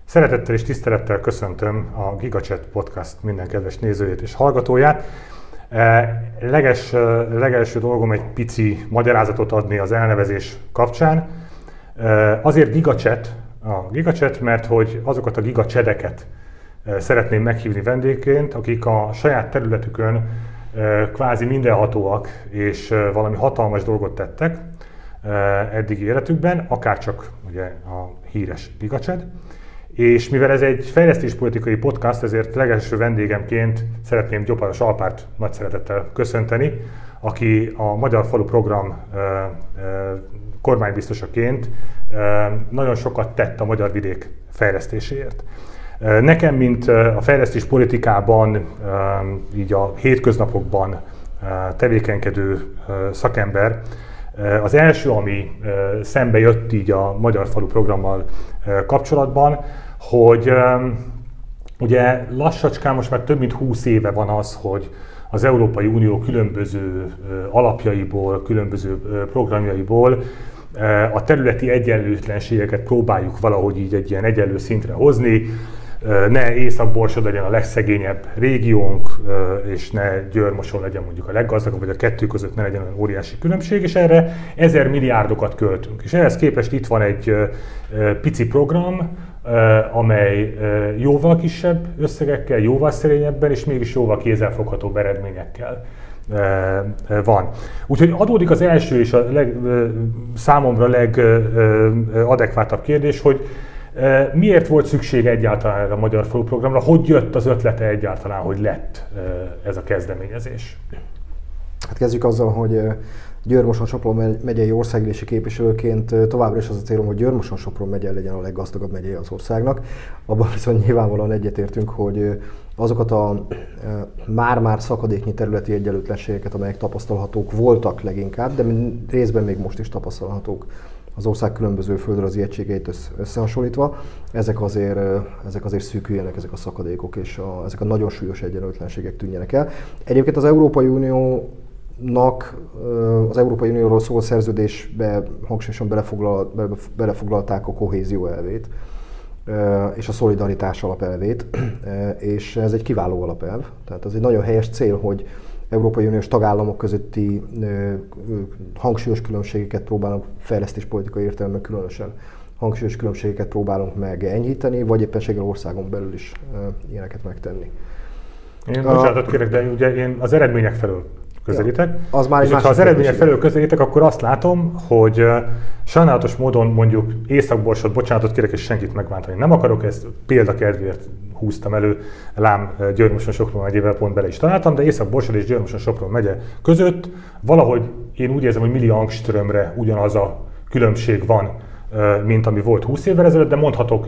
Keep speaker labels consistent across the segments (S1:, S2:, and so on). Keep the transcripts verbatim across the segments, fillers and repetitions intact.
S1: Szeretettel és tisztelettel köszöntöm a GigaChat Podcast minden kedves nézőjét és hallgatóját. Leges, legelső dolgom egy pici magyarázatot adni az elnevezés kapcsán. Azért GigaChat, a GigaChat, mert hogy azokat a gigacsedeket szeretném meghívni vendégként, akik a saját területükön kvázi mindenhatóak és valami hatalmas dolgot tettek eddigi életükben, akárcsak ugye a híres GigaChat. És mivel ez egy fejlesztéspolitikai podcast, ezért legelső vendégemként szeretném Gyoparos Alpárt nagy szeretettel köszönteni, aki a Magyar Falu Program kormánybiztosaként nagyon sokat tett a magyar vidék fejlesztéséért. Nekem, mint a fejlesztéspolitikában, így a hétköznapokban tevékenykedő szakember, az első, ami szembe jött így a Magyar Falu Programmal kapcsolatban, hogy ugye lassacskán most már több mint húsz éve van az, hogy az Európai Unió különböző alapjaiból, különböző programjaiból a területi egyenlőtlenségeket próbáljuk valahogy így egy ilyen egyenlő szintre hozni. Ne Észak-Borsod legyen a legszegényebb régiónk, és ne Győr-Moson legyen mondjuk a leggazdagabb, vagy a kettő között ne legyen olyan óriási különbség, és erre ezer milliárdokat költünk. És ehhez képest itt van egy pici program, amely jóval kisebb összegekkel, jóval szerényebben, és mégis jóval kézzelfoghatóbb eredményekkel van. Úgyhogy adódik az első és a leg, számomra legadekvátabb kérdés, hogy miért volt szükség egyáltalán a Magyar Falu Programra? Hogy jött az ötlete egyáltalán, hogy lett ez a kezdeményezés?
S2: Hát kezdjük azzal, hogy Győr-Moson-Sopron megyei országgyűlési képviselőként továbbra is az a célom, hogy Győr-Moson-Sopron megye legyen a leggazdagabb megye az országnak. Abban viszont nyilvánvalóan egyetértünk, hogy azokat a már-már szakadéknyi területi egyenlőtlenségeket, amelyek tapasztalhatók voltak leginkább, de részben még most is tapasztalhatók az ország különböző földrajzi egységeit összehasonlítva, ezek azért, ezek azért szűküljenek, ezek a szakadékok, és a, ezek a nagyon súlyos egyenlőtlenségek tűnjenek el. Egyébként az Európai Uniónak, az Európai Unióról szóló szerződésbe hangsúlyosan belefoglal, belefoglalták a kohézió elvét, és a szolidaritás alapelvét, és ez egy kiváló alapelv. Tehát ez egy nagyon helyes cél, hogy Európai Uniós tagállamok közötti ö, ö, hangsúlyos különbségeket próbálunk fejlesztéspolitikai értelemben különösen hangsúlyos különbségeket próbálunk meg enyhíteni, vagy éppenséggel országon belül is ö, ilyeneket megtenni.
S1: Én bocsánatot kérek, de ugye én az eredmények felől közelítek. Ja,
S2: az már
S1: és ha az eredmények felől közelítek, akkor azt látom, hogy uh, sajnálatos módon mondjuk Észak-Borsod, bocsánatot kérek, és senkit megbántani nem akarok, ezt példakedvéért húztam elő, lám Győr-Moson-Sopron megyével pont bele is találtam, de Észak-Borsod és Győr-Moson-Sopron megye között valahogy én úgy érzem, hogy milli angströmre ugyanaz a különbség van, mint ami volt húsz évvel ezelőtt, de mondhatok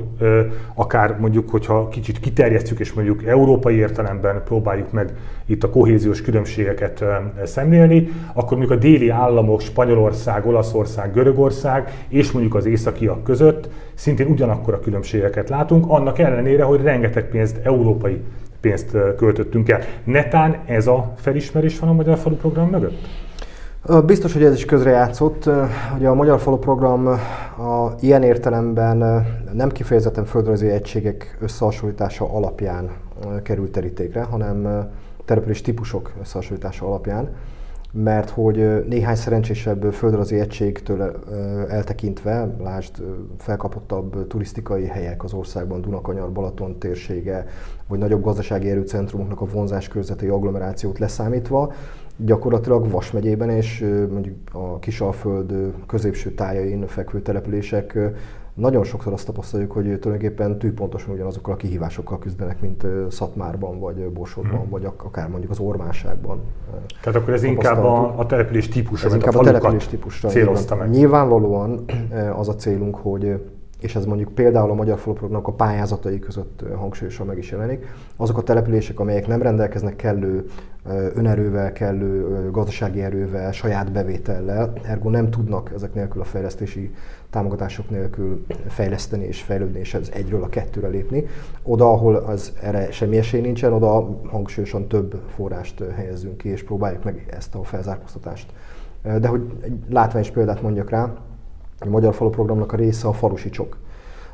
S1: akár mondjuk, hogyha kicsit kiterjesztjük és mondjuk európai értelemben próbáljuk meg itt a kohéziós különbségeket szemlélni, akkor mondjuk a déli államok, Spanyolország, Olaszország, Görögország és mondjuk az északiak között szintén ugyanakkor a különbségeket látunk, annak ellenére, hogy rengeteg pénzt, európai pénzt költöttünk el. Netán ez a felismerés van a Magyar Falu Program mögött?
S2: Biztos, hogy ez is közrejátszott. Ugye a Magyar Falu Program a, ilyen értelemben nem kifejezetten földrajzi egységek összehasonlítása alapján került terítékre, hanem település típusok összehasonlítása alapján, mert hogy néhány szerencsésebb földrajzi egységtől eltekintve, lásd felkapottabb turisztikai helyek az országban, Dunakanyar, Balaton térsége, vagy nagyobb gazdasági erőcentrumoknak a vonzás körzetei agglomerációt leszámítva, gyakorlatilag Vas megyében és mondjuk a Kisalföld középső tájain fekvő települések nagyon sokszor azt tapasztaljuk, hogy tulajdonképpen tűpontosan ugyanazokkal a kihívásokkal küzdenek, mint Szatmárban, vagy Borsodban, hmm. vagy akár mondjuk az Ormánságban.
S1: Tehát akkor ez inkább a, a település típusra,
S2: ez inkább a, a település típusra
S1: célozta meg.
S2: Nyilvánvalóan az a célunk, hogy és ez mondjuk például a Magyar Falu Programnak a pályázatai között hangsúlyosan meg is jelenik, azok a települések, amelyek nem rendelkeznek kellő önerővel, kellő gazdasági erővel, saját bevétellel, ergo nem tudnak ezek nélkül a fejlesztési támogatások nélkül fejleszteni és fejlődni, és ez egyről a kettőre lépni. Oda, ahol az erre semmi esély nincsen, oda hangsúlyosan több forrást helyezzünk ki, és próbáljuk meg ezt a felzárkóztatást. De hogy egy látványos példát mondjak rá, a Magyar Falu Programnak a része a falusi csok.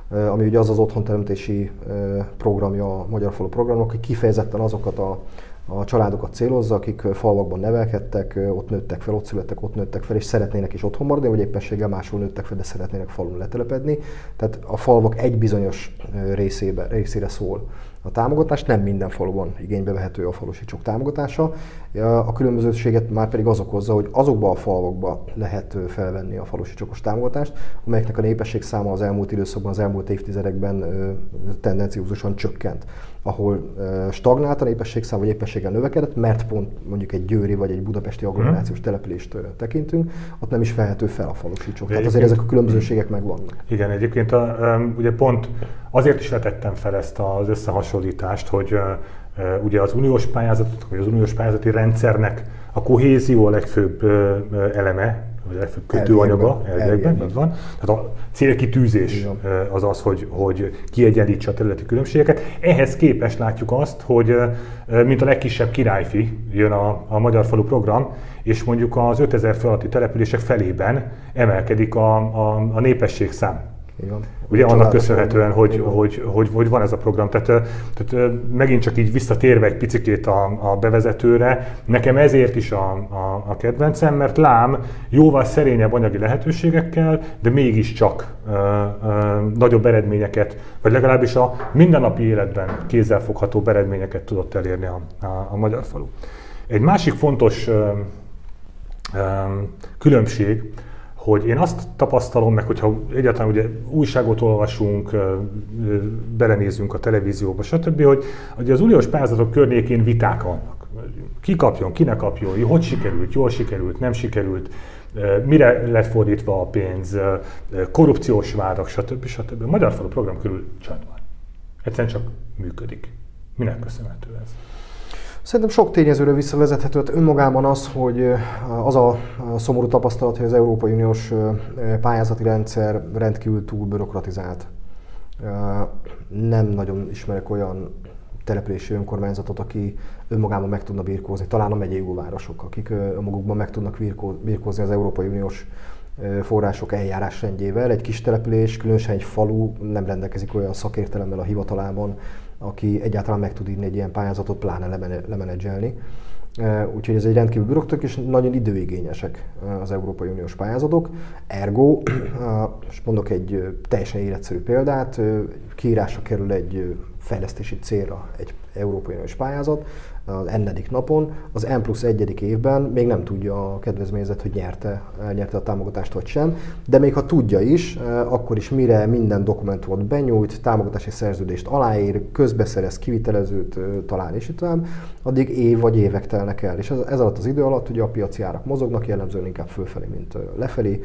S2: ami ugye az az otthonteremtési programja a Magyar Falu programnak, hogy kifejezetten azokat a, a családokat célozza, akik falvakban nevelkedtek, ott nőttek fel, ott születtek, ott nőttek fel, és szeretnének is otthon maradni, vagy éppenséggel máshol nőttek fel, de szeretnének falun letelepedni. Tehát a falvak egy bizonyos részébe, részére szól a támogatás, nem minden faluban igénybe vehető a falusicsok támogatása. A különbözőséget már pedig az okozza, hogy azokban a falvakban lehet felvenni a falusicsokos támogatást, amelyeknek a népesség száma az elmúlt időszakban, az elmúlt évtizedekben tendenciózusan csökkent. Ahol stagnált a népesség száma, vagy éppenséggel növekedett, mert pont mondjuk egy győri vagy egy budapesti agglomerációs települést tekintünk, ott nem is felhető fel a falusicsok. Tehát azért ezek a különbözőségek megvannak.
S1: Igen, egyébként a, ugye pont azért is vetettem fel ezt az összehasonlítást, hogy ugye az uniós pályázatot, vagy az uniós pályázati rendszernek a kohézió a legfőbb eleme, vagy a legfőbb kötőanyaga, elviekben, így van. Tehát a célkitűzés az az, hogy, hogy kiegyenlítse a területi különbségeket. Ehhez képest látjuk azt, hogy mint a legkisebb királyfi jön a, a Magyar Falu program, és mondjuk az ötezer fő alatti települések felében emelkedik a, a, a népességszám.
S2: Igen.
S1: Ugye annak köszönhetően, hogy, hogy, hogy, hogy van ez a program. Tehát, tehát megint csak így visszatérve egy picikét a, a bevezetőre, nekem ezért is a, a, a kedvencem, mert lám jóval szerényebb anyagi lehetőségekkel, de mégiscsak ö, ö, nagyobb eredményeket, vagy legalábbis a mindennapi életben kézzelfogható eredményeket tudott elérni a, a, a Magyar Falu. Egy másik fontos ö, ö, különbség, hogy én azt tapasztalom meg, hogyha egyáltalán ugye újságot olvasunk, belenézünk a televízióba, stb., hogy, hogy az uniós pályázatok környékén viták vannak. Ki kapjon, ki ne kapjon, hogy sikerült, jól sikerült, nem sikerült, mire lett fordítva a pénz, korrupciós vádak, stb. stb. A Magyar Falu program körül csend van. Egyszerűen csak működik. Minek köszönhető ez?
S2: Szerintem sok tényezőre visszavezethető. Hát önmagában az, hogy az a szomorú tapasztalat, hogy az Európai Uniós pályázati rendszer rendkívül túl bürokratizált. Nem nagyon ismerek olyan települési önkormányzatot, aki önmagában meg tudna birkózni. Talán a megyei városok, akik önmagukban meg tudnak birkózni az Európai Uniós források eljárásrendjével. Egy kis település, különösen egy falu nem rendelkezik olyan szakértelemmel a hivatalában, aki egyáltalán meg tud írni egy ilyen pályázatot, pláne lemenedzselni. Úgyhogy ez egy rendkívül bürokratikus és nagyon időigényesek az Európai Uniós pályázatok. Ergo, most mondok egy teljesen életszerű példát, kiírásra kerül egy fejlesztési célra egy Európai Uniós pályázat, az ennedik napon, az N plusz egyedik évben még nem tudja a kedvezményezett, hogy nyerte, elnyerte a támogatást vagy sem, de még ha tudja is, akkor is mire minden dokumentumot benyújt, támogatási szerződést aláír, közbeszerez, kivitelezőt talál és itt tovább, addig év vagy évek telnek el. És ez, ez alatt az idő alatt ugye a piaci árak mozognak, jellemzően inkább fölfelé, mint lefelé.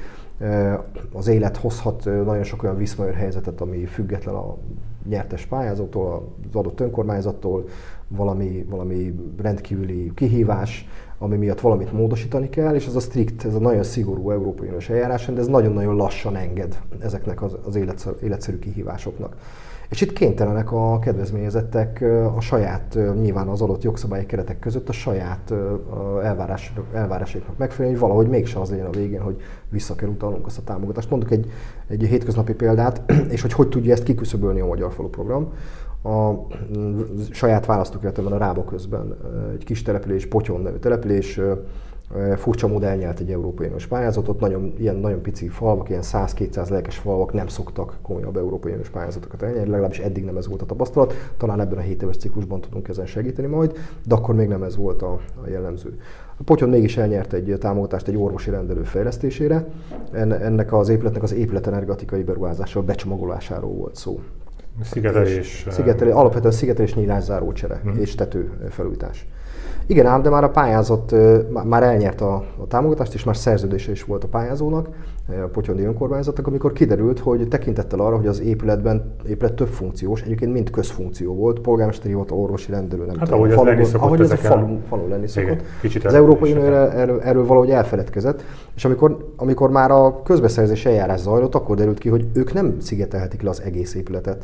S2: Az élet hozhat nagyon sok olyan viszmajor helyzetet, ami független a nyertes pályázótól, az adott önkormányzattól, valami, valami rendkívüli kihívás, ami miatt valamit módosítani kell, és ez a strikt, ez a nagyon szigorú Európai Uniós eljárás, de ez nagyon-nagyon lassan enged ezeknek az, az életszerű kihívásoknak. És itt kénytelenek a kedvezményezettek a saját, nyilván az adott jogszabályi keretek között a saját elvárás, elvárásaiknak megfelelni, hogy valahogy mégsem az legyen a végén, hogy vissza kell utalnunk azt a támogatást. Mondok egy, egy hétköznapi példát, és hogy hogy tudja ezt kiküszöbölni a Magyar Falu program. A saját választókerületemben a Rába közben egy kis település, Potyon nevű település, furcsa módon elnyelt egy Európai Uniós pályázatot, nagyon, ilyen nagyon pici falvak, ilyen száz-kétszáz lelkes falvak nem szoktak komolyabb Európai Uniós pályázatokat elnyerni, legalábbis eddig nem ez volt a tapasztalat, talán ebben a hét éves ciklusban tudunk ezen segíteni majd, de akkor még nem ez volt a, a jellemző. A Potyon mégis elnyert egy támogatást egy orvosi rendelő fejlesztésére, ennek az épületnek az épületenergetikai beruházása, becsomagolásáról volt szó.
S1: Szigetelés.
S2: Szigetelés, alapvetően szigetelés, nyílás, csere hmm. és tető felújítás. Igen ám, de már a pályázat már elnyerte a, a támogatást, és már szerződése is volt a pályázónak, a potyondi önkormányzatnak, amikor kiderült, hogy tekintettel arra, hogy az épületben épület több funkciós, egyébként mind közfunkció volt, polgármesteri hivatal, orvosi rendelő, nem
S1: hát
S2: tudom,
S1: ahogy
S2: falun,
S1: ez lenni szokott,
S2: ahogy ez a falun, falun lenni szokott. Igen, az Európai Unió erről, erről valahogy elfeledkezett, és amikor, amikor már a közbeszerzés eljárás zajlott, akkor derült ki, hogy ők nem szigetelhetik le az egész épületet.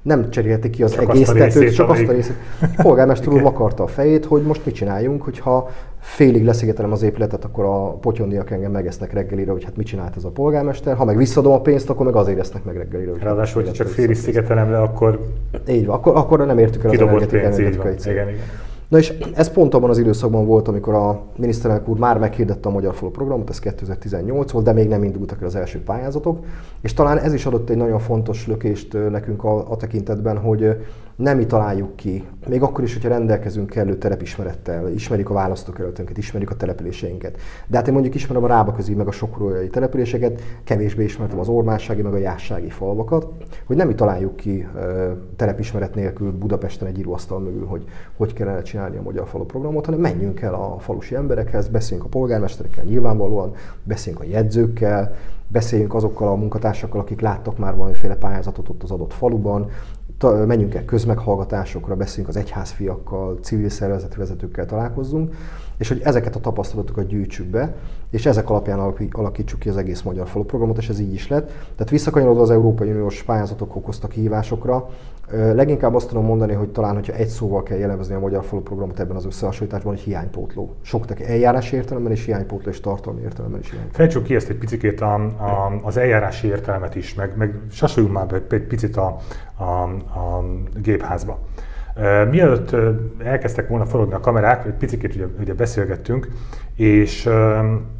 S2: Nem cserélték ki az
S1: csak
S2: egész
S1: azt
S2: tetőt, csak
S1: amíg...
S2: azt a részét. A polgármester úr vakarta a fejét, hogy most mit csináljunk, hogyha félig leszigetelem az épületet, akkor a potyondiak engem megesznek reggelire, hogy hát mit csinált ez a polgármester. Ha meg visszadom a pénzt, akkor meg azért esznek meg reggelire. Hogy
S1: ráadásul, hogyha csak félig szigetelem le, akkor...
S2: Így van, akkor, akkor nem értük el az energetikai célt.
S1: Igen, igen.
S2: Na és ez pont abban az időszakban volt, amikor a miniszterelnök úr már meghirdette a Magyar Falu programot, ez kétezer-tizennyolc volt, de még nem indultak el az első pályázatok. És talán ez is adott egy nagyon fontos lökést nekünk a, a tekintetben, hogy nem mi találjuk ki, még akkor is, hogyha rendelkezünk kellő terepismerettel, ismerjük a választókerületünket, ismerjük a településeinket. De hát én mondjuk ismerem a Rábaközi meg a Sokrójai településeket, kevésbé ismertem az ormássági meg a jássági falvakat, hogy nem mi találjuk ki terepismeret nélkül Budapesten egy íróasztal mögül, hogy hogy kellene csinálni a Magyar Falu programot, hanem menjünk el a falusi emberekhez, beszéljünk a polgármesterekkel nyilvánvalóan, beszéljünk a jegyzőkkel, beszéljünk azokkal a munkatársakkal, akik láttak már valamiféle pályázatot ott az adott faluban, menjünk el közmeghallgatásokra, beszéljünk az egyházfiakkal, civil szervezeti vezetőkkel találkozzunk, és hogy ezeket a tapasztalatokat gyűjtsük be, és ezek alapján alakítsuk ki az egész Magyar Falu programot, és ez így is lett. Tehát visszakanyarodva az Európai Uniós pályázatok okozta kihívásokra, leginkább azt tudom mondani, hogy talán, hogyha egy szóval kell jellemezni a Magyar Falu programot ebben az összehasonlításban, hogy hiánypótló. Sok eljárási értelemben is hiánypótló, és tartalmi értelemben is hiánypótló.
S1: Fejtsük ki ezt egy picit a, a, az eljárási értelmet is, meg, meg sasuljunk már egy picit a, a, a gépházba. Uh, mielőtt uh, elkezdtek volna forogni a kamerák, egy picit ugye, ugye beszélgettünk, és uh,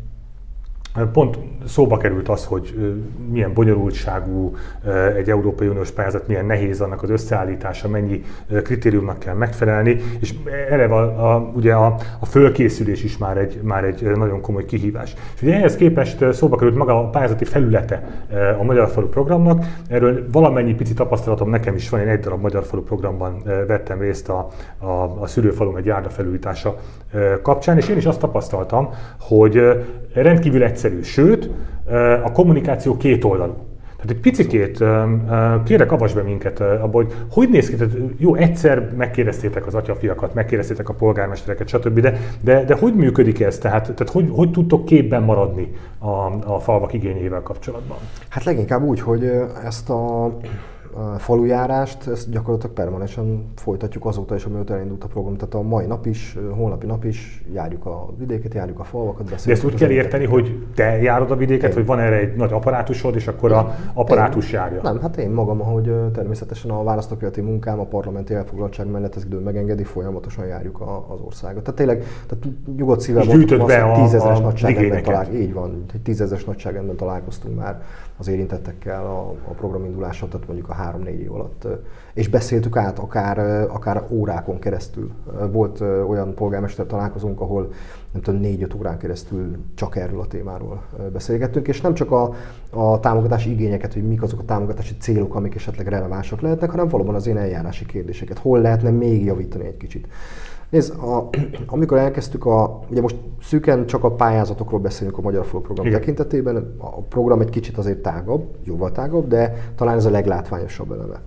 S1: pont szóba került az, hogy uh, milyen bonyolultságú uh, egy Európai Uniós pályázat, milyen nehéz annak az összeállítása, mennyi uh, kritériumnak kell megfelelni, és erre a, a, ugye a, a fölkészülés is már egy, már egy nagyon komoly kihívás. És ugye ehhez képest uh, szóba került maga a pályázati felülete uh, a Magyar Falu programnak. Erről valamennyi pici tapasztalatom nekem is van, én egy darab Magyar Falu programban uh, vettem részt a, a, a szülőfalum egy járda felújítása uh, kapcsán, és én is azt tapasztaltam, hogy uh, rendkívül egyszerű, sőt, a kommunikáció kétoldalú. Tehát egy picikét kérek, avasd be minket abba, hogy hogy néz ki, tehát jó, egyszer megkérdeztétek az atyafiakat, megkérdeztétek a polgármestereket, stb., de, de, de hogy működik ez? Tehát, tehát hogy, hogy tudtok képben maradni a, a falvak igényével kapcsolatban?
S2: Hát leginkább úgy, hogy ezt a a falujárást, ezt gyakorlatilag permanensen folytatjuk azóta is, amióta elindult a program. Tehát a mai nap is, holnapi nap is járjuk a vidéket, járjuk a falvakat, beszélünk.
S1: De ezt úgy kell érteni, hogy te járod a vidéket, én. Vagy van erre egy nagy apparátusod, és akkor a apparátus én. Járja?
S2: Nem, hát én magam, ahogy természetesen a választókerületi munkám, a parlamenti elfoglaltság mellett ez idő megengedi, folyamatosan járjuk a, az országot. Tehát tényleg tehát nyugodt szívvel mondtuk azt, hogy tízezeres nagyságrendben találkoztunk. Így van, egy tízezeres nagyságrendben találkoztunk már az érintettekkel a, a program indulását, tehát mondjuk a három-négy év alatt, és beszéltük át akár, akár órákon keresztül. Volt olyan polgármester találkozónk, ahol nem tudom, négy-öt órán keresztül csak erről a témáról beszélgettünk, és nem csak a, a támogatási igényeket, hogy mik azok a támogatási célok, amik esetleg relevánsak lehetnek, hanem valóban az én eljárási kérdéseket. Hol lehetne még javítani egy kicsit. Nézd, a, amikor elkezdtük a, ugye most szűken csak a pályázatokról beszélünk a Magyar Falu program Igen. tekintetében, a program egy kicsit azért tágabb, jóval tágabb, de talán ez a leglátványosabb eleme.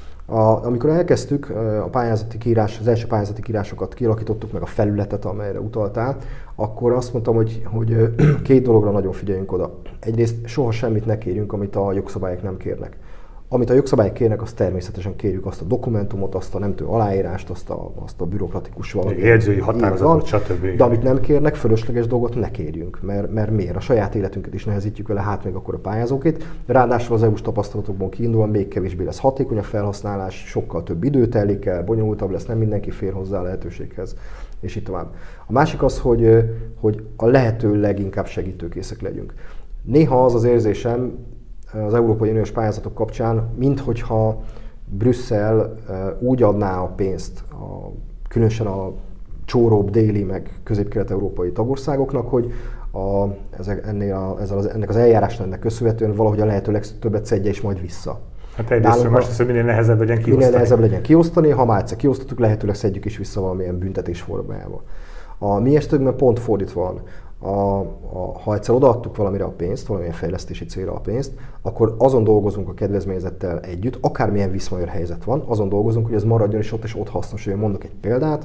S2: A, amikor elkezdtük a pályázati kiírás, az első pályázati kiírásokat kialakítottuk, meg a felületet, amelyre utaltál, akkor azt mondtam, hogy, hogy két dologra nagyon figyeljünk oda. Egyrészt soha semmit ne kérjünk, amit a jogszabályok nem kérnek. Amit a jogszabályok kérnek, azt természetesen kérjük, azt a dokumentumot, azt a nem tudom, aláírást, azt a, azt a bürokratikus valami.
S1: Jegyzői határozatot, stb.
S2: De amit nem kérnek, fölösleges dolgot ne kérjünk, mert, mert miért? A saját életünket is nehezítjük vele, hát még akkor a pályázókét. Ráadásul az é u-s tapasztalatokból kiindulva még kevésbé lesz hatékony a felhasználás, sokkal több idő telik el, bonyolultabb lesz, nem mindenki fér hozzá a lehetőséghez, és így tovább. A másik az, hogy, hogy a lehető leginkább segítőkészek legyünk. Néha az az érzésem, az Európai Uniós pályázatok kapcsán, minthogyha Brüsszel úgy adná a pénzt, a, különösen a csóróbb déli, meg közép-kelet-európai tagországoknak, hogy a, ezek, ennél a, ezzel az, ennek az eljárásnak ennek köszönhetően valahogy a lehető legtöbbet szedje és majd vissza.
S1: Hát egyrészt más az, hogy minél nehezebb legyen kiosztani.
S2: Minél nehezebb legyen kiosztani, ha már egyszer kiosztottuk, lehetőleg szedjük is vissza valamilyen büntetés formájába. A mi esetünkben pont fordítva van. A, a, ha egyszer odaadtuk valamire a pénzt, valamilyen fejlesztési célra a pénzt, akkor azon dolgozunk a kedvezményezettel együtt, akármilyen viszonylag helyzet van, azon dolgozunk, hogy ez maradjon is ott és ott hasznosuljon. Mondok egy példát,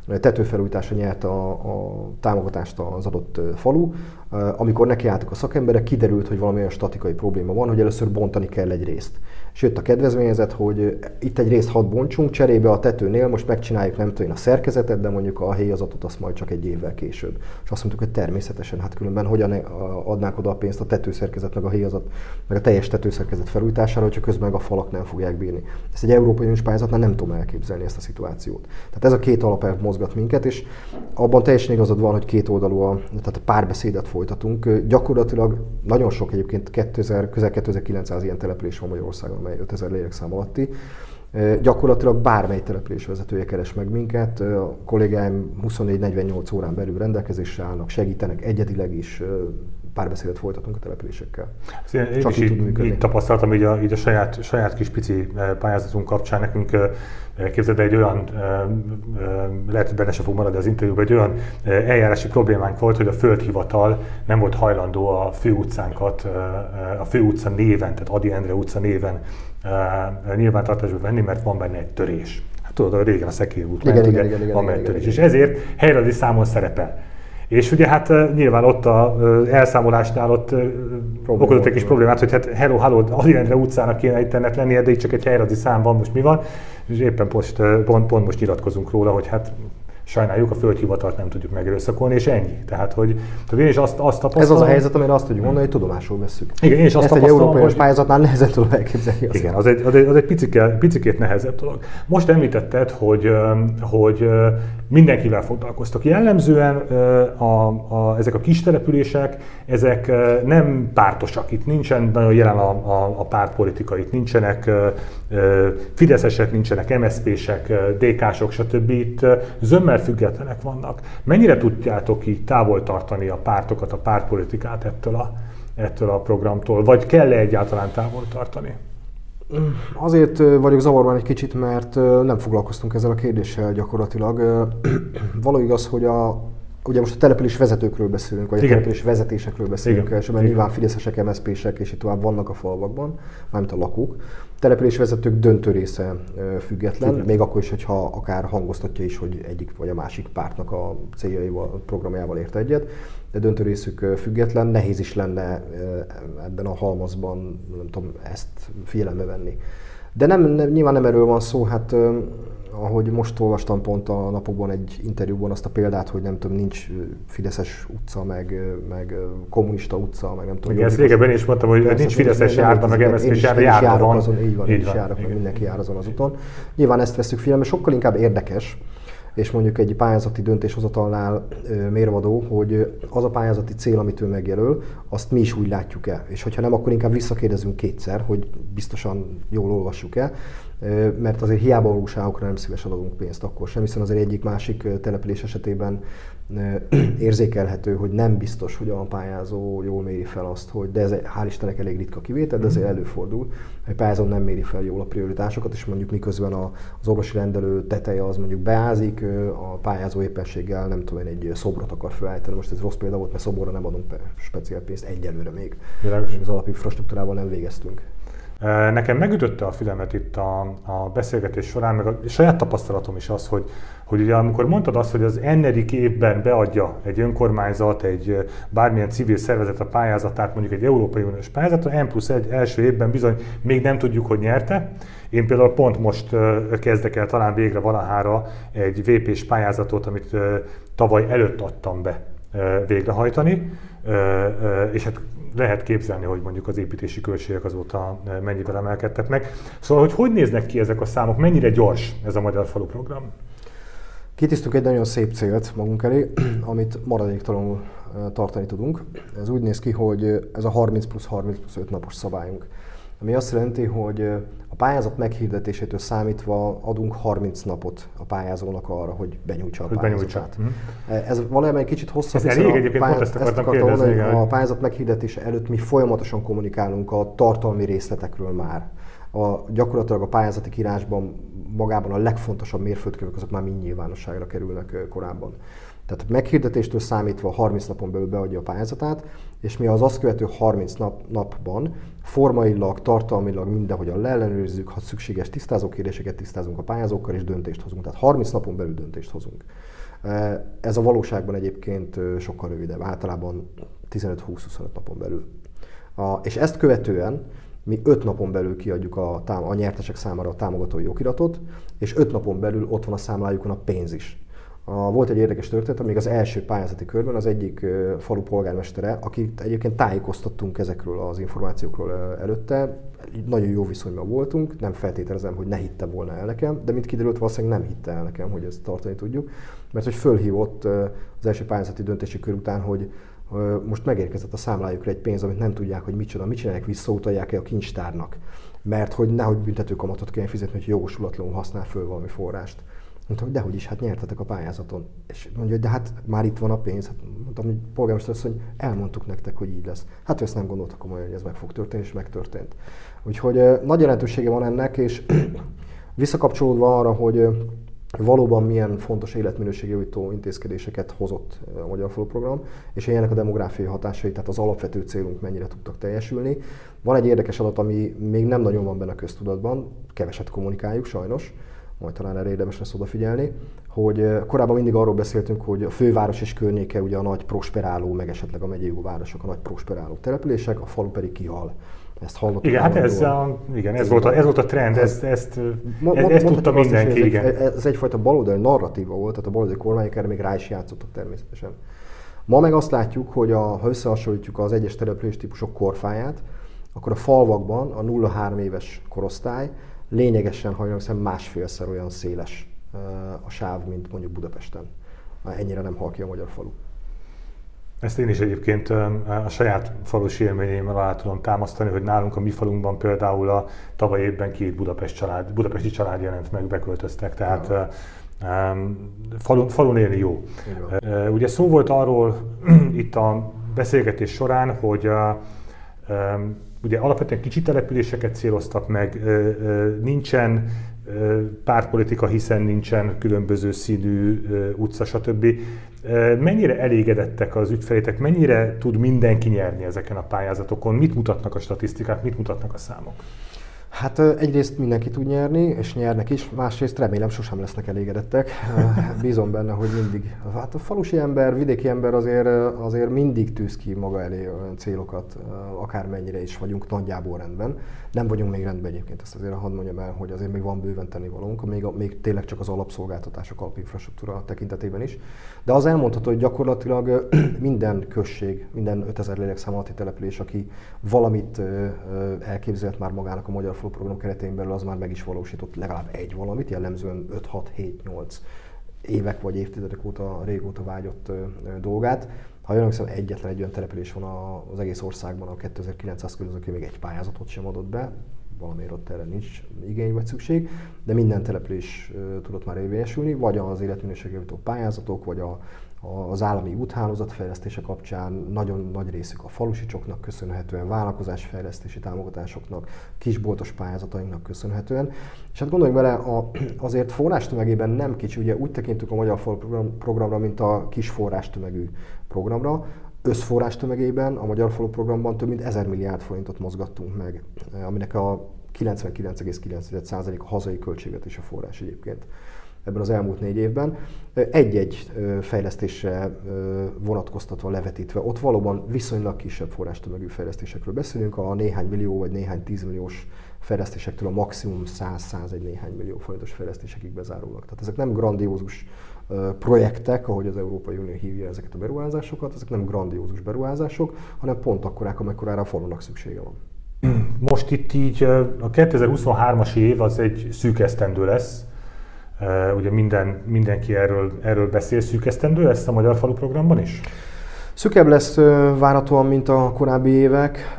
S2: tetőfelújításra nyerte a, a támogatást az adott falu. Amikor nekiálltak a szakemberek, kiderült, hogy valami olyan statikai probléma van, hogy először bontani kell egy részt. És jött a kedvezményezet, hogy itt egy részt hadd bontsunk, cserébe a tetőnél most megcsináljuk nem tudom én a szerkezetet, de mondjuk a héjazatot azt majd csak egy évvel később. És azt mondtuk, hogy természetesen, hát különben hogyan adnák oda a pénzt a tetőszerkezet, meg a héjazat, meg a teljes tetőszerkezet felújítására, hogyha közben meg a falak nem fogják bírni. Ezt egy Európai Uniós pályázatnál nem tudom elképzelni ezt a szituációt. Tehát ez a két alapelv mozgat minket, és abban teljesen igazad van, hogy két oldalú a, tehát a párbeszédet folytatunk. Gyakorlatilag nagyon sok egyébként kétezer, közel kétezer-kilencszáz ilyen település van Magyarországon, amely ötezer lélekszám alatti. Gyakorlatilag bármely település vezetője keres meg minket, a kollégáim huszonnégy negyvennyolc órán belül rendelkezésre állnak, segítenek egyedileg is, párbeszédet folytatunk a településekkel.
S1: Én Csak is így, tud így tapasztaltam, így a, így a saját, saját kis pici pályázatunk kapcsán nekünk, képzeld, egy olyan, lehet, hogy benne se fog maradni az interjúban, egy olyan eljárási problémánk volt, hogy a földhivatal nem volt hajlandó a főutcánkat, a főutca néven, tehát Ady Endre utca néven nyilvántartásba venni, mert van benne egy törés. Hát tudod, régen a Szekér út,
S2: igen,
S1: ment,
S2: igen,
S1: ugye,
S2: igen, igen,
S1: van
S2: igen,
S1: egy törés.
S2: igen,
S1: És ezért helyrajzi számon szerepel. És ugye hát nyilván ott az elszámolásnál ott okozott egy kis problémát, hogy hát hello, hello, Ady Endre utcának kéne internet lennie, de itt csak egy helyrajzi szám van, most mi van? És éppen most, pont, pont most nyilatkozunk róla, hogy hát sajnáljuk, a földhivatalt nem tudjuk megerőszakolni, és ennyi. Tehát, hogy én is azt, azt tapasztalom...
S2: Ez az a helyzet, amire azt tudjuk mondani, hogy tudomásul vesszük.
S1: Igen, én is azt
S2: Ezt egy európai hogy... pályázatnál nehezen tudom elképzelni. Azt.
S1: Igen, az egy, az egy, az egy picike, picikét nehezebb dolog. Most említetted, hogy, hogy mindenkivel foglalkoztak. Jellemzően a, a, ezek a kis települések, ezek nem pártosak. Itt nincsen nagyon jelen a, a, a pártpolitika, itt nincsenek fideszesek, nincsenek em es zé pések, dé ká-sok, stb. Itt zömmel függetlenek vannak. Mennyire tudjátok így távol tartani a pártokat, a pártpolitikát ettől a, ettől a programtól? Vagy kell-e egyáltalán távol tartani?
S2: Azért vagyok zavarban egy kicsit, mert nem foglalkoztunk ezzel a kérdéssel gyakorlatilag. Való igaz, hogy a, ugye most a település vezetőkről beszélünk, vagy Igen. a település vezetésekről beszélünk, és mert nyilván fideszesek, em es zé pések és itt tovább vannak a falvakban, mármint a lakók. A település vezetők döntő része független, Igen. még akkor is, hogyha akár hangoztatja is, hogy egyik vagy a másik pártnak a céljaival, a programjával ért egyet, de döntő részük független, nehéz is lenne ebben a halmazban, nem tudom, ezt figyelembe venni. De nem, nem, nyilván nem erről van szó, hát ahogy most olvastam pont a napokban egy interjúban azt a példát, hogy nem tudom, nincs fideszes utca, meg, meg kommunista utca, meg nem tudom.
S1: Igen, ezt régebben is mondtam, hogy nincs, nincs fideszes járda, meg em es zé pés járda, járda van.
S2: Azon, így van,
S1: így
S2: így
S1: van,
S2: járok,
S1: igen.
S2: meg mindenki jár azon az úton. Nyilván ezt veszük figyelembe, sokkal inkább érdekes, és mondjuk egy pályázati döntéshozatalnál mérvadó, hogy az a pályázati cél, amit ő megjelöl, azt mi is úgy látjuk el. És hogyha nem, akkor inkább visszakérdezünk kétszer, hogy biztosan jól olvassuk el, mert azért hiába valóságokra nem szívesen adunk pénzt akkor sem, hiszen azért egyik-másik település esetében érzékelhető, hogy nem biztos, hogy a pályázó jól méri fel azt, hogy, de ez hál' Istennek elég ritka kivétel, de azért előfordul, hogy pályázó nem méri fel jól a prioritásokat, és mondjuk miközben az orvosi rendelő teteje az mondjuk beázik, a pályázó éppenséggel nem tudom én, egy szobrot akar felállítani. Most ez rossz példa volt, mert szoborra nem adunk speciál pénzt egyelőre még. Világos. Az alapinfrastruktúrával nem végeztünk.
S1: Nekem megütötte a fülemet itt a, a beszélgetés során, meg a saját tapasztalatom is az, hogy, hogy ugye amikor mondtad azt, hogy az ennedik évben beadja egy önkormányzat, egy bármilyen civil szervezet a pályázatát, mondjuk egy Európai Uniós pályázatra, N plusz egy első évben bizony még nem tudjuk, hogy nyerte. Én például pont most kezdek el talán végre valahára egy vé pés pályázatot, amit tavaly előtt adtam be végrehajtani, és hát lehet képzelni, hogy mondjuk az építési költségek azóta mennyivel emelkedtek meg. Szóval, hogy hogy néznek ki ezek a számok, mennyire gyors ez a Magyar Falu program?
S2: Kitűztünk egy nagyon szép célt magunk elé, amit maradéktalanul tartani tudunk. Ez úgy néz ki, hogy ez a harminc plusz harminc plusz öt napos szabályunk. Ami azt jelenti, hogy a pályázat meghirdetésétől számítva adunk harminc napot a pályázónak arra, hogy benyújtsa a hogy pályázatát. Benyújtsa. Ez valami egy kicsit hosszabb,
S1: ez elég, egyébként pont ezt akartam kérdezni.
S2: A pályázat meghirdetése előtt mi folyamatosan kommunikálunk a tartalmi részletekről már. A, gyakorlatilag a pályázati kiírásban magában a legfontosabb mérföldkövek azok már mind nyilvánosságra kerülnek korábban. Tehát meghirdetéstől számítva harminc napon belül beadja a pályázatát, és mi az azt követő harminc nap, napban formailag, tartalmilag mindenhogyan leellenőrizzük, ha szükséges tisztázó kérdéseket tisztázunk a pályázókkal, és döntést hozunk. Tehát harminc napon belül döntést hozunk. Ez a valóságban egyébként sokkal rövidebb, általában tizenöt-húsz-huszonöt napon belül. A, és ezt követően mi öt napon belül kiadjuk a, a nyertesek számára a támogatói okiratot, és öt napon belül ott van a számlájukon a pénz is. A, volt egy érdekes történet, még az első pályázati körben az egyik uh, falu polgármestere, akit egyébként tájékoztattunk ezekről az információkról uh, előtte, nagyon jó viszonyban voltunk, nem feltételezem, hogy ne hitte volna el nekem, de mint kiderült, valószínűleg nem hitte el nekem, hogy ezt tartani tudjuk, mert hogy fölhívott uh, az első pályázati döntési kör után, hogy uh, most megérkezett a számlájukra egy pénz, amit nem tudják, hogy micsoda, mit csinálják, visszautalják-e a kincstárnak, mert hogy nehogy büntetőkamatot kelljen fizetni, hogy jogosulatlanul használ föl valami forrást. Mondtam, hogy dehogy is, hát nyertetek a pályázaton. És mondja, hogy de hát már itt van a pénz. Hát mondtam, hogy polgármester azt, hogy elmondtuk nektek, hogy így lesz. Hát ezt nem gondoltak komolyan, hogy ez meg fog történni, és megtörtént. Úgyhogy nagy jelentősége van ennek, és visszakapcsolódva arra, hogy valóban milyen fontos életminőségjavító intézkedéseket hozott a Magyar Falu Program, és ilyenek a demográfiai hatásai, tehát az alapvető célunk mennyire tudtak teljesülni. Van egy érdekes adat, ami még nem nagyon van benne a köztudatban, keveset kommunikáljuk sajnos, majd talán erre érdemes lesz odafigyelni, hogy korábban mindig arról beszéltünk, hogy a főváros és környéke ugye a nagy prosperáló, meg esetleg a megyei városok a nagy prosperáló települések, a falu pedig kihal. Ezt hallottuk.
S1: Igen, hát ez, a, igen, ez, volt a, ez volt a trend, ezt, ezt, ezt, ezt tudta mindenki.
S2: Ez,
S1: igen.
S2: Egy, ez egyfajta baloldali narratíva volt, tehát a baloldali kormányok erre még rá is játszottak természetesen. Ma meg azt látjuk, hogy a, ha összehasonlítjuk az egyes település típusok korfáját, akkor a falvakban a nulla-három éves korosztály lényegesen, ha jól hiszem, másfélszer olyan széles a sáv, mint mondjuk Budapesten. Ennyire nem hal ki a magyar falu.
S1: Ezt én is egyébként a saját falusi élményeimmel alá tudom támasztani, hogy nálunk a mi falunkban például a tavaly évben két Budapest család, budapesti család jelent meg, beköltöztek, tehát ja. um, falun, falun élni jó. Uh, ugye szó volt arról itt a beszélgetés során, hogy uh, um, ugye alapvetően kicsi településeket céloztak meg, nincsen pártpolitika, hiszen nincsen különböző színű utca, stb. Mennyire elégedettek az ügyfelétek, mennyire tud mindenki nyerni ezeken a pályázatokon, mit mutatnak a statisztikák, mit mutatnak a számok?
S2: Hát egyrészt mindenki tud nyerni, és nyernek is, másrészt remélem sosem lesznek elégedettek. Bízom benne, hogy mindig. Hát a falusi ember, vidéki ember azért, azért mindig tűz ki maga elé olyan célokat, akármennyire is vagyunk nagyjából rendben. Nem vagyunk még rendben egyébként, ezt azért hadd mondjam el, hogy azért még van bőven tennivalónk, még, még tényleg csak az alapszolgáltatások, alapinfrastruktúra tekintetében is. De az elmondható, hogy gyakorlatilag minden község, minden ötezer lélekszám alatti település, aki valamit elképzelt már magának a Magyar Falu Program keretén belül, az már meg is valósított legalább egy valamit, jellemzően öt hat hét nyolc évek vagy évtizedek óta, régóta vágyott dolgát. Ha jól hiszem, egyetlen egy olyan település van az egész országban, a kétezer-kilencszáz körül, aki még egy pályázatot sem adott be, valamiért ott erre nincs igény vagy szükség, de minden település tudott már érvényesülni, vagy az életminőségjavító pályázatok, vagy a, az állami úthálózatfejlesztése kapcsán nagyon nagy részük a falusicsoknak köszönhetően, vállalkozásfejlesztési támogatásoknak, kisboltos pályázatainknak köszönhetően. És hát gondoljunk bele, a, azért forrástömegében nem kicsi, ugye úgy tekintünk a Magyar Falu program, programra, mint a kis forrástömegű programra. Összforrástömegében a Magyar Falu Programban több mint ezer milliárd forintot mozgattunk meg, aminek a kilencvenkilenc egész kilenc százalék a hazai költségvetési forrás egyébként ebben az elmúlt négy évben. Egy-egy fejlesztésre vonatkoztatva, levetítve, ott valóban viszonylag kisebb forrástömegű fejlesztésekről beszélünk, a néhány millió vagy néhány tízmilliós fejlesztésektől a maximum száz-százegy néhány millió forintos fejlesztésekig bezárólag. Tehát ezek nem grandiózus projektek, ahogy az Európai Unió hívja ezeket a beruházásokat, ezek nem grandiózus beruházások, hanem pont akkorák, amekkorára a falunak szüksége van.
S1: Most itt így a kétezer-huszonhármas év az egy szűk esztendő lesz. Ugye minden, mindenki erről, erről beszél. Szűk esztendő lesz a Magyar Falu Programban is?
S2: Szükebb lesz várhatóan, mint a korábbi évek,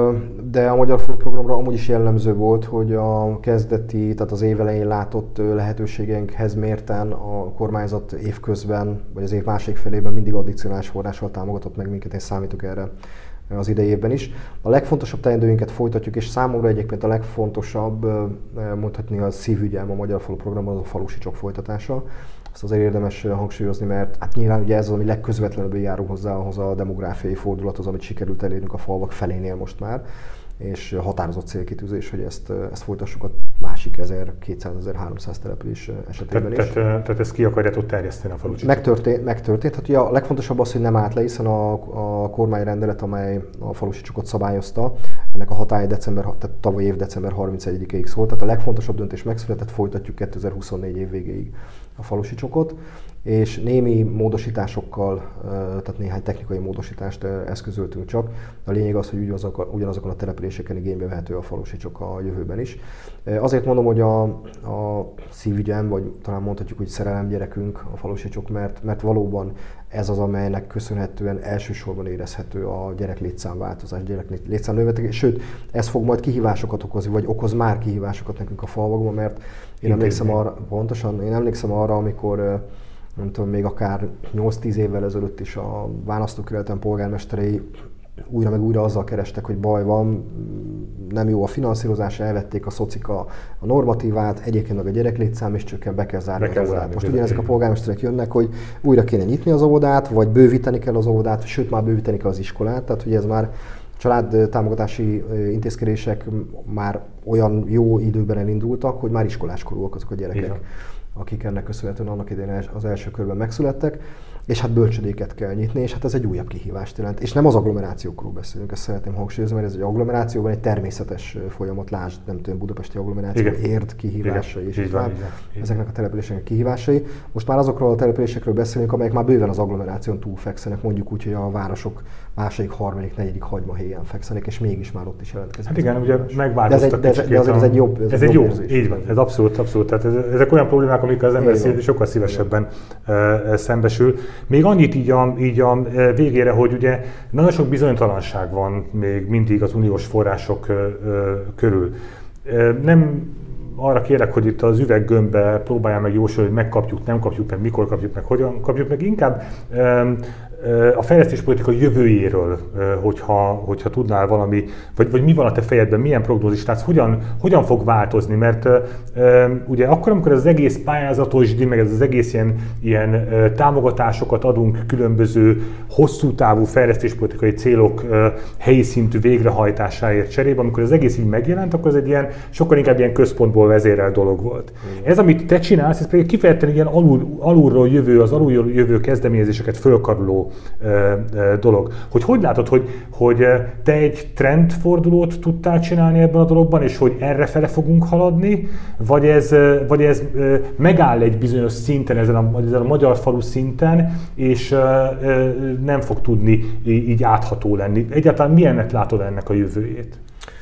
S2: de a Magyar Falu Programra amúgy is jellemző volt, hogy a kezdeti, tehát az év elején látott lehetőségeinkhez mérten a kormányzat évközben, vagy az év másik felében mindig addicionális forrással támogatott meg minket, én számítok erre az idejében is. A legfontosabb teendőinket folytatjuk, és számomra egyébként a legfontosabb, mondhatni a szívügyem a Magyar Falu programban az a falusicsok folytatása. Ezt azért érdemes hangsúlyozni, mert hát nyilván ugye ez az, ami legközvetlenül járul hozzá ahhoz a demográfiai fordulathoz, amit sikerült elérnünk a falvak felénél most már, és határozott célkitűzés, hogy ezt, ezt folytassuk a másik ezerkétszáz-ezerháromszáz település esetében
S1: te,
S2: is.
S1: Tehát, tehát ezt ki akarjátok terjeszteni a falucsicsot?
S2: Megtörtént, megtörtént. Hát ugye a legfontosabb az, hogy nem állt le, hiszen a, a kormányrendelet, amely a falusicsokot szabályozta, ennek a hatály december, tehát tavaly év december harmincegyedikéig szólt. Tehát a legfontosabb döntés megszületett, folytatjuk kétezer-huszonnégy év végéig a falusicsokot, és némi módosításokkal, tehát néhány technikai módosítást eszközöltünk csak. A lényeg az, hogy ugyanazokon a településeken igénybe vehető a falusicsok a jövőben is. Azért mondom, hogy a, a szívügyem, vagy talán mondhatjuk, hogy szerelemgyerekünk a falusicsok, mert, mert valóban ez az, amelynek köszönhetően elsősorban érezhető a gyerek létszámváltozás, gyerek létszám növekedés. Sőt, ez fog majd kihívásokat okozni, vagy okoz már kihívásokat nekünk a falvakban, mert én emlékszem arra, pontosan, én emlékszem arra, amikor nem tudom, még akár nyolc-tíz évvel ezelőtt is a választókerületen polgármesterei újra meg újra azzal kerestek, hogy baj van, nem jó a finanszírozás, elvették a szocika a normatívát, egyébként meg a gyereklétszám is csökken, be kell zárni be az óvodát. Most ugyanezek a polgármesterek jönnek, hogy újra kéne nyitni az óvodát, vagy bővíteni kell az óvodát, sőt már bővíteni kell az iskolát, tehát hogy ez már családtámogatási intézkedések már olyan jó időben elindultak, hogy már iskoláskorúak azok a gyerekek, igen, akik ennek köszönhetően annak idején az első körben megszülettek, és hát bölcsödéket kell nyitni, és hát ez egy újabb kihívást jelent. És nem az agglomerációkról beszélünk, ezt szeretném hangsúlyozni, mert ez egy agglomerációban egy természetes folyamat, lásd, nem tudom, budapesti agglomeráció, igen, Érd kihívásai, igen, és így van, ezeknek a településeknek kihívásai. Most már azokról a településekről beszélünk, amelyek már bőven az agglomeráción túlfekszenek, mondjuk úgy, hogy a városok második, harmadik, negyedik hagymahéján fekszenek, és mégis már ott is jelentkezik.
S1: Hát igen, ugye megváltoztak
S2: de ez, egy, de ez, de ez egy jobb, ez,
S1: ez egy jobb, érzés, így van, ez abszolút, abszolút. Tehát ez, ezek olyan problémák, amikkel az ember szél, sokkal szívesebben uh, szembesül. Még annyit így a, így a végére, hogy ugye nagyon sok bizonytalanság van még mindig az uniós források uh, uh, körül. Uh, nem arra kérek, hogy itt az üveggömbbe próbáljál meg jósolni, hogy megkapjuk, nem kapjuk meg, mikor kapjuk meg, hogyan kapjuk meg, inkább um, a fejlesztéspolitika jövőjéről, hogyha, hogyha tudnál valami, vagy, vagy mi van a te fejedben, milyen prognózist látsz, hogyan, hogyan fog változni, mert ugye akkor, amikor ez az egész pályázatos, meg ez az egész ilyen, ilyen támogatásokat adunk különböző hosszú távú fejlesztéspolitikai célok helyi szintű végrehajtásáért cserébe, amikor az egész így megjelent, akkor ez egy ilyen, sokkal inkább ilyen központból vezérelt dolog volt. Mm. Ez, amit te csinálsz, ez pedig kifejezetten ilyen alul, alulról jövő, az alulról jövő kezdeményezéseket fölkaroló dolog. Hogy hogy látod, hogy, hogy te egy trendfordulót tudtál csinálni ebben a dologban, és hogy errefele fogunk haladni, vagy ez, vagy ez megáll egy bizonyos szinten, ezen a, ezen a magyar falu szinten, és nem fog tudni így átható lenni. Egyáltalán milyennek látod ennek a jövőjét?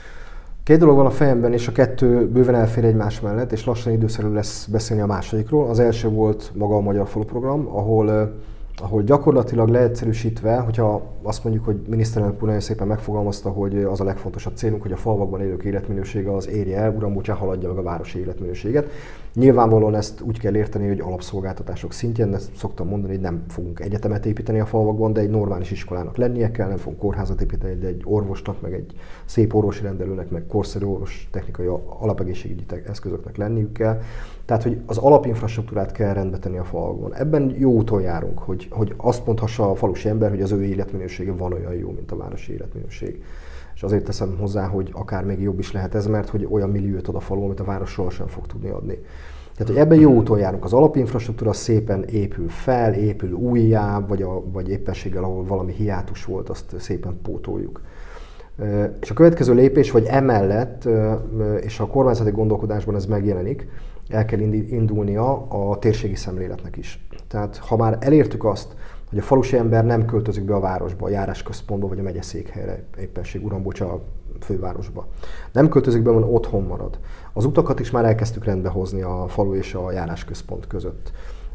S2: Két dolog van a fejemben, és a kettő bőven elfér egymás mellett, és lassan időszerű lesz beszélni a másodikról. Az első volt maga a Magyar Falu program, ahol ahol gyakorlatilag leegyszerűsítve, hogyha azt mondjuk, hogy miniszterelnök úr nagyon szépen megfogalmazta, hogy az a legfontosabb célunk, hogy a falvakban élők életminősége az érje el, uram, bocsánat, haladja meg a városi életminőséget. Nyilvánvalóan ezt úgy kell érteni, hogy alapszolgáltatások szintjén, ezt szoktam mondani, hogy nem fogunk egyetemet építeni a falvakban, de egy normális iskolának lennie kell, nem fogunk kórházat építeni, de egy orvosnak, meg egy szép orvosi rendelőnek, meg korszerű orvos technikai alapegészségügyi eszközöknek lenniük kell. Tehát, hogy az alapinfrastruktúrát kell rendbe tenni a falvakban. Ebben jó úton járunk, hogy, hogy azt mondhassa a falusi ember, hogy az ő életminősége van olyan jó, mint a városi életminőség. És azért teszem hozzá, hogy akár még jobb is lehet ez, mert hogy olyan milliót ad a falu, amit a város sohasem fog tudni adni. Tehát, hogy ebben jó úton járunk. Az alapinfrastruktúra szépen épül fel, épül újjá, vagy, a, vagy éppenséggel, ahol valami hiátus volt, azt szépen pótoljuk. És a következő lépés, vagy emellett, és a kormányzati gondolkodásban ez megjelenik, el kell indulnia a térségi szemléletnek is. Tehát ha már elértük azt, hogy a falusi ember nem költözik be a városba, a járásközpontba, vagy a megyeszékhelyre, éppenség, uram, bocsánat, a fővárosba. Nem költözik be, hanem otthon marad. Az utakat is már elkezdtük rendbe hozni a falu és a járásközpont között.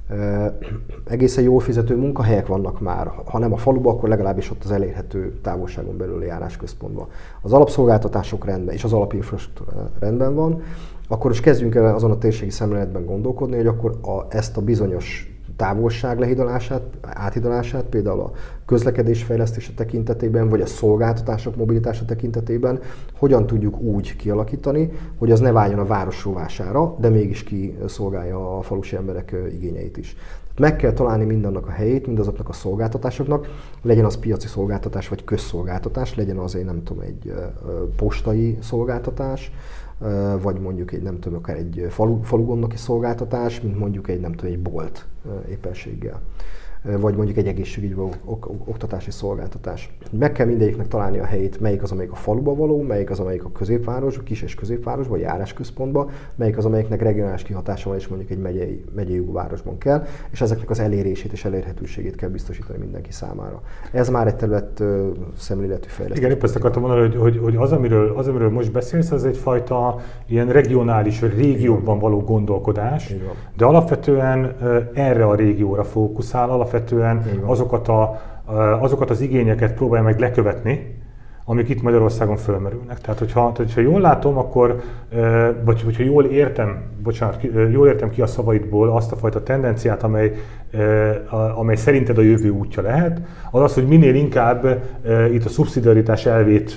S2: Egészen jól fizető munkahelyek vannak már, ha nem a faluba, akkor legalábbis ott az elérhető távolságon belül a járásközpontban. Az alapszolgáltatások rendben és az alapinfrastruktúra rendben van, akkor is kezdjünk el azon a térségi szemléletben gondolkodni, hogy akkor a, ezt a bizonyos távolság lehidalását, áthidalását, például a közlekedés fejlesztése tekintetében, vagy a szolgáltatások mobilitása tekintetében, hogyan tudjuk úgy kialakítani, hogy az ne váljon a város rovására, de mégis kiszolgálja a falusi emberek igényeit is. Meg kell találni mindannak a helyét, mindazoknak a szolgáltatásoknak, legyen az piaci szolgáltatás vagy közszolgáltatás, legyen az egy, nem tudom, egy postai szolgáltatás, vagy mondjuk egy, nem tudom, akár egy falu, falugondnoki szolgáltatás, mint mondjuk egy, nem tudom, egy bolt éppenséggel. Vagy mondjuk egy egészségügyi ok- ok- oktatási szolgáltatás. Meg kell mindegyiknek találni a helyét, melyik az, amelyik a faluba való, melyik az, amelyik a középváros, a kis és középváros, vagy járásközpontba, melyik az, amelyiknek regionális kihatása van, és mondjuk egy megyei, megyei városban kell, és ezeknek az elérését és elérhetőségét kell biztosítani mindenki számára. Ez már egy terület szemléletű fejlesztés.
S1: Igen, épp ezt akartam mondani, hogy, hogy, hogy az, amiről, az, amiről most beszélsz, az egyfajta ilyen regionális, vagy régiókban való gondolkodás, de alapvetően erre a régióra fókuszál, alapvetően azokat, a, azokat az igényeket próbálja meg lekövetni, amik itt Magyarországon fölmerülnek. Tehát, hogyha, tehát, hogyha jól látom, akkor, vagy hogyha jól értem, bocsánat, jól értem ki a szavaidból azt a fajta tendenciát, amely, amely szerinted a jövő útja lehet, az az, hogy minél inkább itt a szubszidiaritás elvét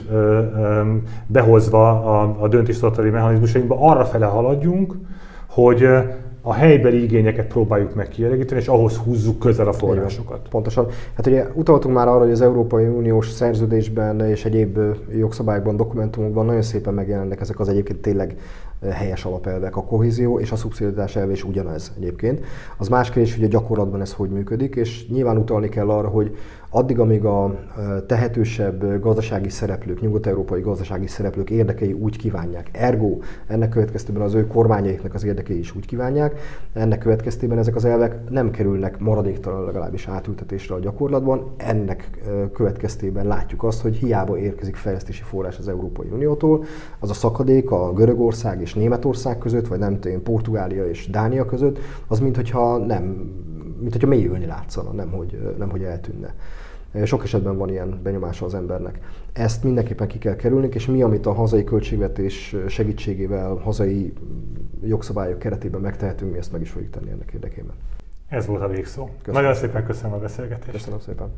S1: behozva a, a döntéshozatali mechanizmusainkba arra fele haladjunk, hogy a helybeli igényeket próbáljuk meg kielégíteni, és ahhoz húzzuk közel a forrásokat.
S2: Pontosan. Hát ugye utaltunk már arra, hogy az Európai Uniós szerződésben és egyéb jogszabályokban, dokumentumokban nagyon szépen megjelennek ezek az egyébként tényleg helyes alapelvek. A kohézió és a szubszidiaritás elve is ugyanez egyébként. Az más kérdés, hogy a gyakorlatban ez hogy működik, és nyilván utalni kell arra, hogy addig, amíg a tehetősebb gazdasági szereplők, nyugat-európai gazdasági szereplők érdekei úgy kívánják, ergo ennek következtében az ő kormányaiknak az érdekei is úgy kívánják, ennek következtében ezek az elvek nem kerülnek maradéktalan legalábbis átültetésre a gyakorlatban. Ennek következtében látjuk azt, hogy hiába érkezik fejlesztési forrás az Európai Uniótól, az a szakadék a Görögország és Németország között, vagy nem tudom, Portugália és Dánia között, az minthogyha nem, minthogyha mélyülni látszana, nemhogy, nemhogy eltűnne. Sok esetben van ilyen benyomása az embernek. Ezt mindenképpen ki kell kerülni, és mi, amit a hazai költségvetés segítségével, hazai jogszabályok keretében megtehetünk, mi ezt meg is fogjuk tenni ennek érdekében.
S1: Ez volt a végszó.
S2: Köszönöm.
S1: Nagyon szépen köszönöm a beszélgetést.
S2: Köszönöm szépen.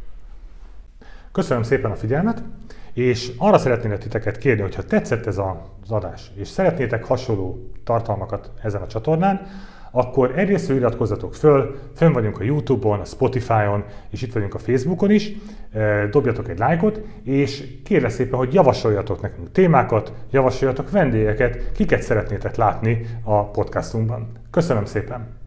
S1: Köszönöm szépen a figyelmet, és arra szeretnélek titeket kérni, hogyha tetszett ez az adás, és szeretnétek hasonló tartalmakat ezen a csatornán, akkor egyrészt iratkozzatok föl, fönn vagyunk a YouTube-on, a Spotify-on, és itt vagyunk a Facebookon is, dobjatok egy lájkot, és kérlek szépen, hogy javasoljatok nekünk témákat, javasoljatok vendégeket, kiket szeretnétek látni a podcastunkban. Köszönöm szépen!